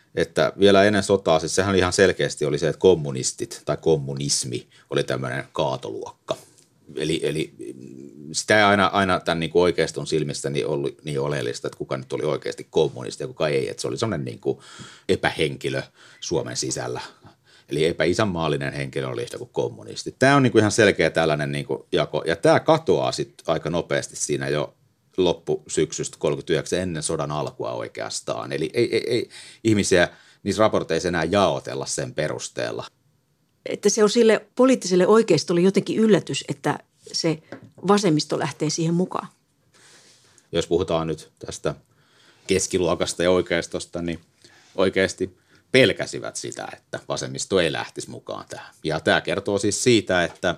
että vielä ennen sotaa, siis sehän ihan selkeästi oli se, että kommunistit tai kommunismi oli tämmöinen kaatoluokka. Eli sitä ei aina tämän niin kuin oikeiston silmissä niin ollut niin oleellista, että kuka nyt oli oikeasti kommunisti ja kuka ei. Että se oli sellainen niin kuin epähenkilö Suomen sisällä. Eli epäisänmaallinen henkilö oli yhtä kuin kommunisti. Tämä on niin kuin ihan selkeä tällainen niin kuin jako. Ja tämä katoaa sitten aika nopeasti siinä jo loppusyksystä 1939 ennen sodan alkua oikeastaan. Eli ei ihmisiä niissä raporteissa enää jaotella sen perusteella. Että se on sille poliittiselle oikeistolle jotenkin yllätys, että se vasemmisto lähtee siihen mukaan. Jos puhutaan nyt tästä keskiluokasta ja oikeistosta, niin oikeasti pelkäsivät sitä, että vasemmisto ei lähtisi mukaan tähän. Ja tämä kertoo siis siitä, että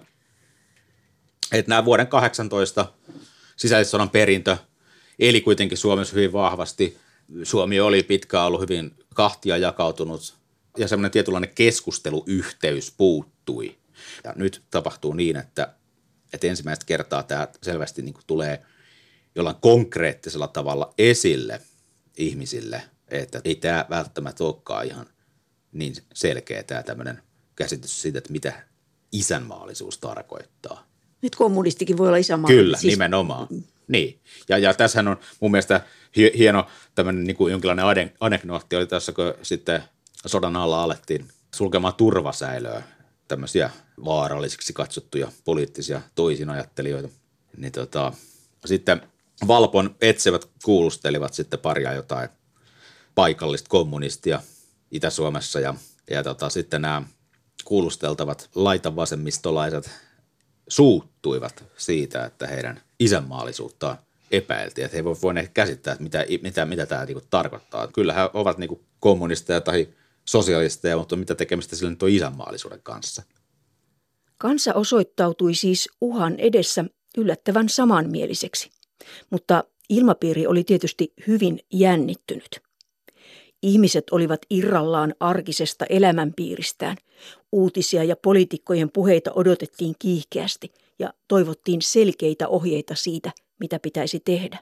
nämä vuoden 18 sisällissodan perintö eli kuitenkin Suomessa hyvin vahvasti. Suomi oli pitkään ollut hyvin kahtia jakautunut ja semmoinen tietynlainen keskusteluyhteys puuttui. Ja nyt tapahtuu niin, että ensimmäistä kertaa tämä selvästi niin kuin tulee jollain konkreettisella tavalla esille ihmisille, että ei tämä välttämättä olekaan ihan niin selkeä tämä tämmöinen käsitys siitä, että mitä isänmaallisuus tarkoittaa. Nyt kommunistikin voi olla isänmaallinen. Kyllä, siis nimenomaan. Niin. Ja tässähän on mun mielestä hieno tämmöinen niin kuin jonkinlainen anekdootti oli tässä, kun sitten sodan alla alettiin sulkemaan turvasäilöä, tämmöisiä vaarallisiksi katsottuja poliittisia toisinajattelijoita. Niin sitten Valpon etsivät kuulustelivat sitten paria jotain paikallista kommunistia Itä-Suomessa ja sitten nämä kuulusteltavat laitavasemmistolaiset suuttuivat siitä, että heidän isänmaallisuuttaan epäiltiin, että he eivät voineet käsittää, että mitä tämä niinku tarkoittaa. Kyllä he ovat niinku kommunisteja tai sosialisteja, mutta mitä tekemistä sillä nyt on isänmaallisuuden kanssa. Kansa osoittautui siis uhan edessä yllättävän samanmieliseksi, mutta ilmapiiri oli tietysti hyvin jännittynyt. Ihmiset olivat irrallaan arkisesta elämänpiiristään. Uutisia ja poliitikkojen puheita odotettiin kiihkeästi ja toivottiin selkeitä ohjeita siitä, mitä pitäisi tehdä.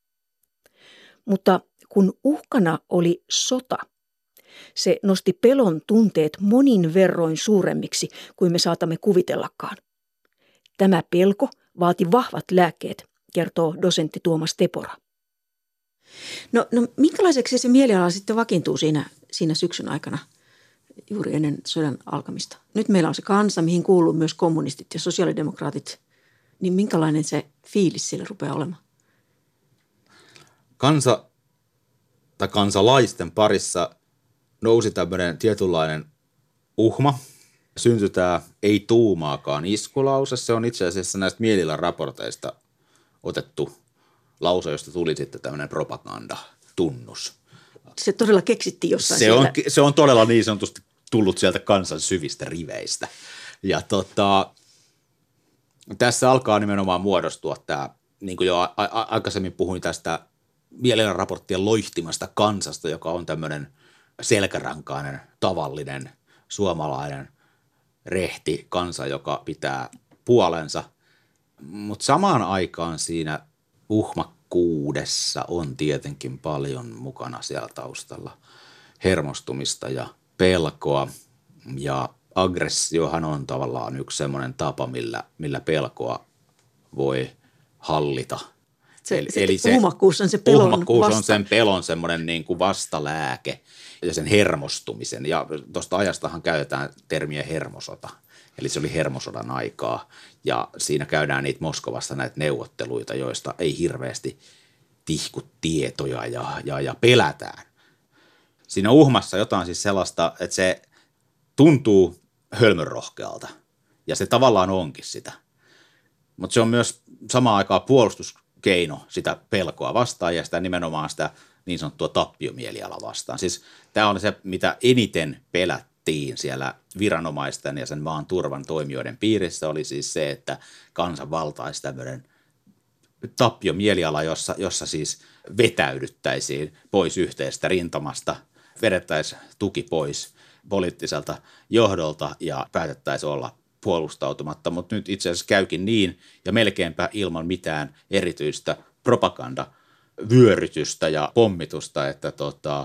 Mutta kun uhkana oli sota, se nosti pelon tunteet monin verroin suuremmiksi kuin me saatamme kuvitellakaan. Tämä pelko vaati vahvat lääkkeet, kertoo dosentti Tuomas Tepora. No minkälaiseksi se mieliala sitten vakiintuu siinä syksyn aikana juuri ennen sodan alkamista? Nyt meillä on se kansa, mihin kuuluu myös kommunistit ja sosiaalidemokraatit. Niin minkälainen se fiilis siellä rupeaa olemaan? Kansa tai kansalaisten parissa nousi tämmöinen tietynlainen uhma. Syntyi tämä ei tuumaakaan iskulause. Se on itse asiassa näistä mielialan raporteista otettu lause, josta tuli sitten tämmöinen propagandatunnus. Se todella keksittiin jossain se on todella niin sanotusti tullut sieltä kansan syvistä riveistä. Ja tässä alkaa nimenomaan muodostua tämä, niin kuin jo aikaisemmin puhuin tästä mielialan raporttien loihtimasta kansasta, joka on tämmöinen selkärankainen, tavallinen, suomalainen rehti kansa, joka pitää puolensa. Mutta samaan aikaan siinä uhmakkuudessa on tietenkin paljon mukana siellä taustalla hermostumista ja pelkoa. Ja aggressiohan on tavallaan yksi semmoinen tapa, millä pelkoa voi hallita. Eli se uhmakkuus on se pelon uhmakkuus on sen pelon semmoinen niin kuin vastalääke ja sen hermostumisen. Ja tuosta ajastahan käytetään termiä hermosota. Eli se oli hermosodan aikaa ja siinä käydään niitä Moskovassa näitä neuvotteluita, joista ei hirveästi tihku tietoja ja pelätään. Siinä uhmassa jotain siis sellaista, että se tuntuu hölmönrohkealta ja se tavallaan onkin sitä. Mutta se on myös samaan aikaan puolustuskeino sitä pelkoa vastaan ja sitä nimenomaan sitä niin sanottua tappiomielialaa vastaan. Siis tämä on se, mitä eniten pelättiin siellä viranomaisten ja sen maan turvan toimijoiden piirissä, oli siis se, että kansa valtaisi tämmöinen tappiomieliala, jossa siis vetäydyttäisiin pois yhteisestä rintamasta, vedettäisiin tuki pois poliittiselta johdolta ja päätettäisiin olla puolustautumatta, mutta nyt itse asiassa käykin niin ja melkeinpä ilman mitään erityistä propagandavyörytystä ja pommitusta, että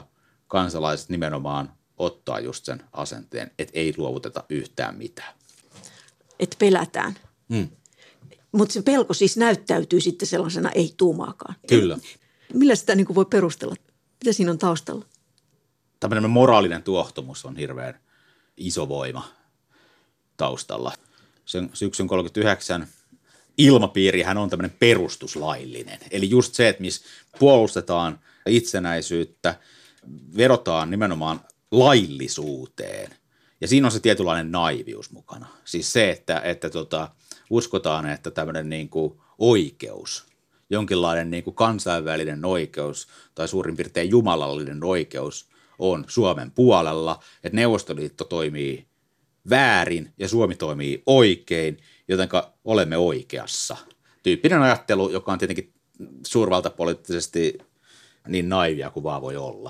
kansalaiset nimenomaan ottaa just sen asenteen, että ei luovuteta yhtään mitään. Että pelätään. Mutta se pelko siis näyttäytyy sitten sellaisena ei tuumaakaan. Kyllä. Millä sitä niin kuin voi perustella? Mitä siinä on taustalla? Tämmöinen moraalinen tuohtumus on hirveän iso voima taustalla. Sen syksyn 1939 ilmapiirihän on tämmöinen perustuslaillinen. Eli just se, että missä puolustetaan itsenäisyyttä, vedotaan nimenomaan laillisuuteen. Ja siinä on se tietynlainen naivius mukana. Siis se, että uskotaan, että tämmöinen niin kuin oikeus, jonkinlainen niin kuin kansainvälinen oikeus tai suurin piirtein jumalallinen oikeus on Suomen puolella, että Neuvostoliitto toimii väärin ja Suomi toimii oikein, jotenka olemme oikeassa. Tyyppinen ajattelu, joka on tietenkin suurvaltapoliittisesti niin naivia kuin vaan voi olla.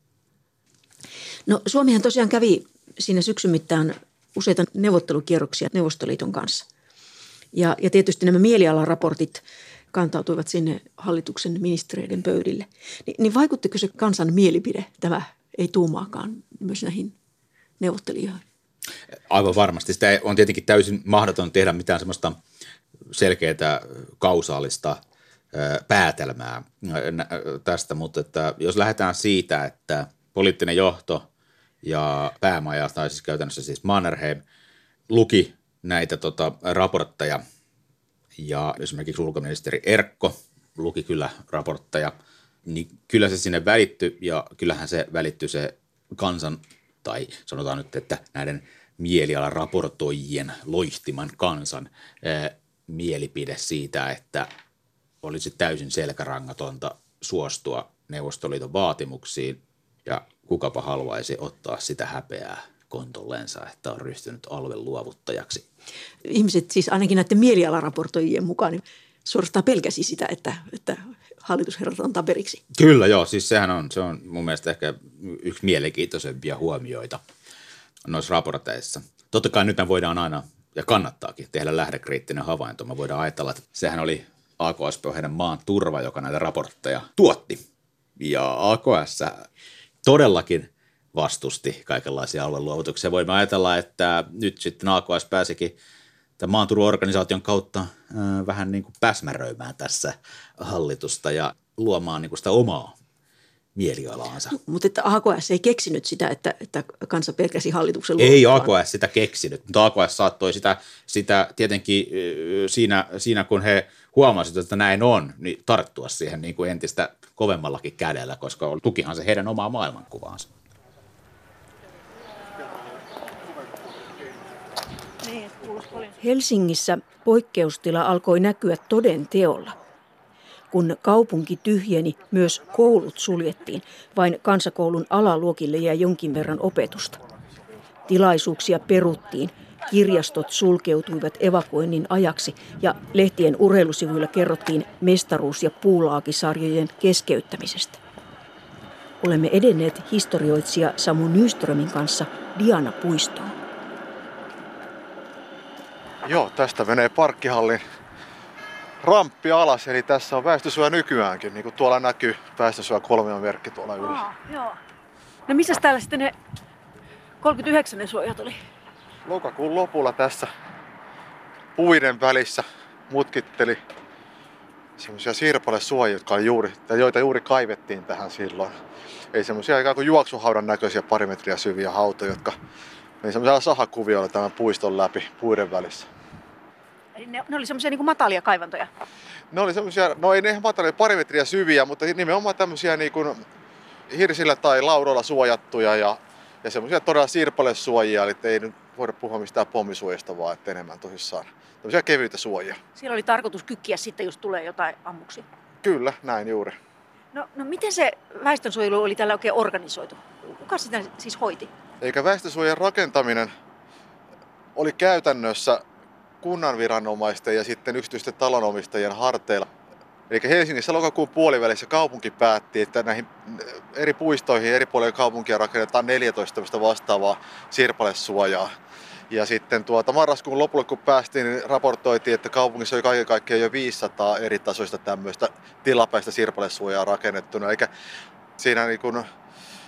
No Suomihan tosiaan kävi siinä syksyn mittaan useita neuvottelukierroksia Neuvostoliiton kanssa. Ja tietysti nämä mielialaraportit kantautuivat sinne hallituksen ministereiden pöydille. Niin vaikuttiko se kansan mielipide, tämä ei tuumaakaan, myös näihin neuvottelijoihin? Aivan varmasti. Sitä on tietenkin täysin mahdoton tehdä mitään semmoista selkeää kausaalista päätelmää tästä, mutta että jos lähdetään siitä, että poliittinen johto ja päämaja, tai siis käytännössä siis Mannerheim, luki näitä raportteja ja esimerkiksi ulkoministeri Erkko luki kyllä raportteja, niin kyllä se sinne välittyi ja kyllähän se välittyi se kansan, tai sanotaan nyt, että näiden mielialaraportoijien loihtiman kansan mielipide siitä, että olisi täysin selkärangatonta suostua Neuvostoliiton vaatimuksiin ja kukapa haluaisi ottaa sitä häpeää kontollensa, että on ryhtynyt alueen luovuttajaksi. Ihmiset siis ainakin näiden mielialaraportoijien mukaan niin suorastaan pelkäsi sitä, että hallitusherrat antaa periksi. Kyllä joo, siis se on mun mielestä ehkä yksi mielenkiintoisempia huomioita noissa raporteissa. Totta kai nyt me voidaan aina ja kannattaakin tehdä lähdekriittinen havainto. Me voidaan ajatella, että sehän oli AKS-pohjainen maan turva, joka näitä raportteja tuotti. Ja AKS todellakin vastusti kaikenlaisia alueluovutuksia. Voimme ajatella, että nyt sitten AKS pääsikin tämän maanturvaorganisaation kautta vähän niin kuin päsmäröimään tässä hallitusta ja luomaan niin kuin sitä omaa mielialaansa. Mutta että AKS ei keksinyt sitä, että kansa pelkäsi hallituksen luovutaan. Ei AKS sitä keksinyt, mutta AKS saattoi sitä tietenkin siinä, kun he huomasivat, että näin on, niin tarttua siihen niin kuin entistä kovemmallakin kädellä, koska tukihan se heidän omaa maailmankuvaansa. Helsingissä poikkeustila alkoi näkyä toden teolla. Kun kaupunki tyhjeni, myös koulut suljettiin. Vain kansakoulun alaluokille jäi jonkin verran opetusta. Tilaisuuksia peruttiin, kirjastot sulkeutuivat evakuoinnin ajaksi ja lehtien urheilusivuilla kerrottiin mestaruus- ja puulaakisarjojen keskeyttämisestä. Olemme edenneet historioitsija Samu Nyströmin kanssa Diana-puistoon. Joo, tästä menee parkkihallin ramppi alas, eli tässä on väestösuoja nykyäänkin, niin kuin tuolla näkyy väestösuoja 3 merkki tuolla yllä. Joo. No missäs täällä sitten ne 39 suojat oli? Lokakuun lopulla tässä puiden välissä mutkitteli semmoisia sirpalesuojia, joita juuri kaivettiin tähän silloin. Ei semmoisia ikään kuin juoksuhaudan näköisiä 2 metriä syviä hautoja, jotka meni semmoisella sahakuvioilla tämän puiston läpi puiden välissä. Eli ne oli semmoisia niin kuin matalia kaivantoja? Ne oli semmoisia, no ei ne ihan matalia, 2 metriä syviä, mutta nimenomaan tämmöisiä niin kuin hirsillä tai laudoilla suojattuja ja semmoisia todella sirpalesuojia, eli ei nyt voida puhua mistään pommisuojista, vaan että enemmän tosissaan tämmöisiä kevyitä suojia. Siellä oli tarkoitus kykkiä sitten, jos tulee jotain ammuksia? Kyllä, näin juuri. No miten se väestönsuojelu oli tällä oikein organisoitu? Kuka sitä siis hoiti? Eikä väestönsuojan rakentaminen oli käytännössä kunnan viranomaisten ja sitten yksityisten talonomistajien harteilla. Eli Helsingissä lokakuun puolivälissä kaupunki päätti, että näihin eri puistoihin eri puolilla kaupunkia rakennetaan 14 vastaavaa sirpalesuojaa. Ja sitten marraskuun lopulla, kun päästiin, niin raportoitiin, että kaupungissa oli kaiken kaikkiaan jo 500 eri tasoista tämmöistä tilapäistä sirpalesuojaa rakennettuna. Eli siinä niin kuin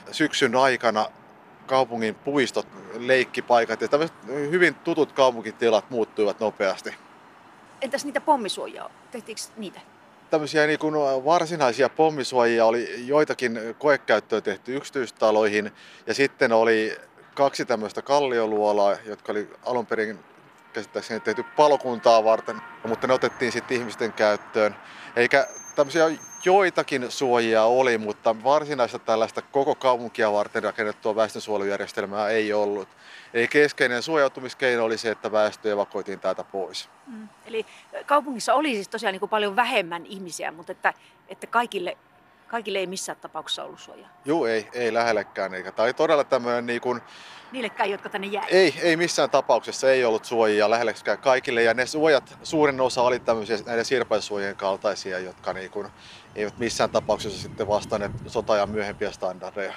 syksyn aikana kaupungin puistot, leikkipaikat ja tämmöiset hyvin tutut kaupunkitilat muuttuivat nopeasti. Entäs niitä pommisuojia? Tehtiinkö niitä? Tämmöisiä niin kuin varsinaisia pommisuojia oli joitakin koekäyttöön tehty yksityistaloihin ja sitten oli 2 tämmöistä kallioluolaa, jotka oli alun perin käsittääkseni tehty palokuntaa varten, mutta ne otettiin sitten ihmisten käyttöön. Eikä tämmöisiä joitakin suojia oli, mutta varsinaista tällaista koko kaupunkia varten rakennettua väestönsuojelujärjestelmää ei ollut. Eli keskeinen suojautumiskeino oli se, että väestö evakuoitiin täältä pois. Eli kaupungissa oli siis tosiaan niin kuin paljon vähemmän ihmisiä, mutta että kaikille ei missään tapauksessa ollut suojaa. Joo, ei lähellekään. Tämä oli todella tämmöinen niin kuin... Niillekään, jotka tänne jäi? Ei missään tapauksessa ei ollut suojia lähellekään kaikille. Ja ne suojat, suurin osa oli tämmöisiä näiden sirpalesuojien kaltaisia, jotka niin kuin, eivät missään tapauksessa sitten vastanneet sota-ajan myöhempiä standardeja.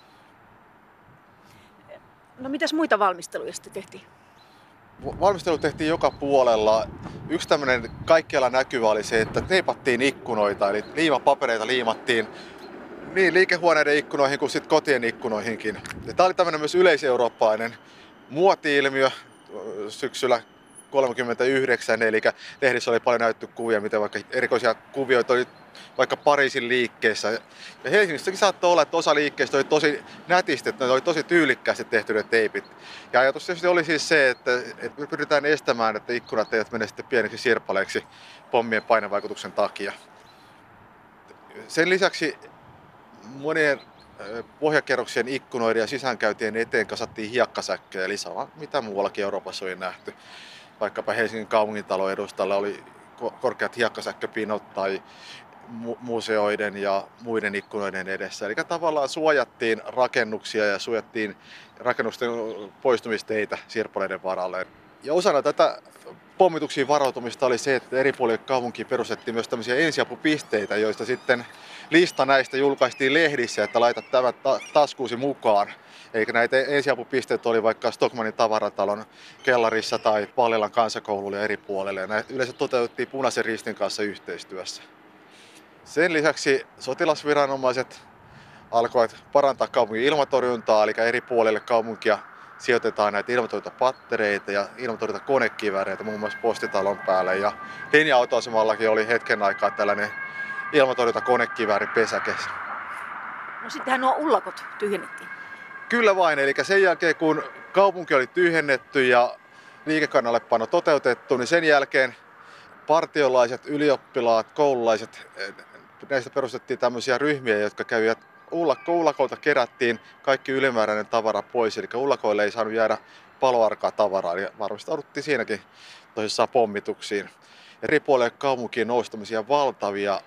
No mitäs muita valmisteluja sitten tehtiin? Valmistelu tehtiin joka puolella. Yksi tämmöinen kaikkialla näkyvä oli se, että teipattiin ikkunoita, eli liimapapereita liimattiin niin liikehuoneiden ikkunoihin kuin sitten kotien ikkunoihinkin. Ja tämä oli tämmöinen myös yleiseurooppalainen muoti-ilmiö syksyllä 1939, eli lehdissä oli paljon näytetty kuvia, miten vaikka erikoisia kuvioita oli vaikka Pariisin liikkeessä. Ja Helsingissäkin saattoi olla, että osa liikkeistä oli tosi nätisti, että ne oli tosi tyylikkäästi tehty ne teipit. Ja ajatus tietysti oli siis se, että me pyritään estämään, että ikkunat eivät mene sitten pieniksi sirpaleiksi pommien painevaikutuksen takia. Sen lisäksi monien pohjakerroksien ikkunoiden ja sisäänkäyntien eteen kasattiin hiekkasäkkejä, eli sama mitä muuallakin Euroopassa oli nähty. Vaikkapa Helsingin kaupungintalon edustalla oli korkeat hiekkasäkköpinot tai museoiden ja muiden ikkunoiden edessä. Eli tavallaan suojattiin rakennuksia ja suojattiin rakennusten poistumisteitä sirpaleiden varalle. Ja osana tätä pommituksiin varautumista oli se, että eri puolille kaupunkiin perustettiin myös tämmöisiä ensiapupisteitä, joista sitten lista näistä julkaistiin lehdissä, että laita tämä taskuusi mukaan. Eli näitä ensiapupisteitä oli vaikka Stockmannin tavaratalon kellarissa tai Pallilan kansakoululla ja eri puolille. Ja näitä yleensä toteutettiin Punaisen Ristin kanssa yhteistyössä. Sen lisäksi sotilasviranomaiset alkoivat parantaa kaupungin ilmatorjuntaa, eli eri puolille kaupunkia sijoitetaan näitä ilmatorjuntapattereita ja ilmatorjuntakonekivääreitä muun muassa Postitalon päälle. Ja linja-autoasemallakin oli hetken aikaa tällainen ilmatorjuntakonekivääripesäke. No sittenhän nuo ullakot tyhjennettiin. Kyllä vain, eli sen jälkeen kun kaupunki oli tyhjennetty ja liikekannallepano toteutettu, niin sen jälkeen partiolaiset, ylioppilaat, koululaiset, näistä perustettiin tämmöisiä ryhmiä, jotka kävivät ullakoilta kerättiin kaikki ylimääräinen tavara pois, eli ullakoille ei saanut jäädä paloarkaa tavaraa, ja varmistauduttiin siinäkin tosissaan pommituksiin. Eri puolille kaupunkiin nousi tämmöisiä valtavia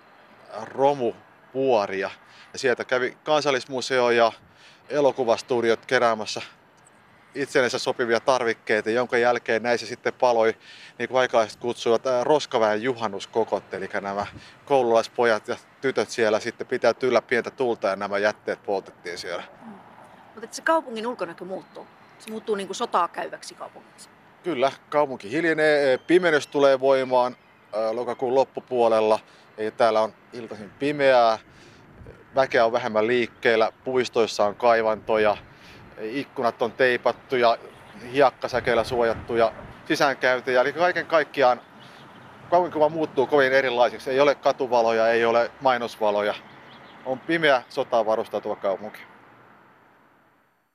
romuvuoria, ja sieltä kävi Kansallismuseo ja elokuvastudiot keräämässä itsellensä sopivia tarvikkeita, jonka jälkeen näissä sitten paloi, niin kuin paikalaiset kutsuivat, roskaväen juhannuskokot, eli nämä koululaispojat ja tytöt siellä sitten pitää yllä pientä tulta ja nämä jätteet poltettiin siellä. Mutta se kaupungin ulkonäkö muuttuu. Se muuttuu niin kuin sotaa käyväksi kaupungiksi. Kyllä, kaupunki hiljenee, pimennys tulee voimaan lokakuun loppupuolella. Eli täällä on iltaisin pimeää, väkeä on vähemmän liikkeellä, puistoissa on kaivantoja, ikkunat on teipattu ja hiekkasäkeillä suojattuja sisäänkäyntejä. Eli kaiken kaikkiaan kaupunkikuva muuttuu kovin erilaiseksi. Ei ole katuvaloja, ei ole mainosvaloja. On pimeä sotaan varustautuva kaupunki.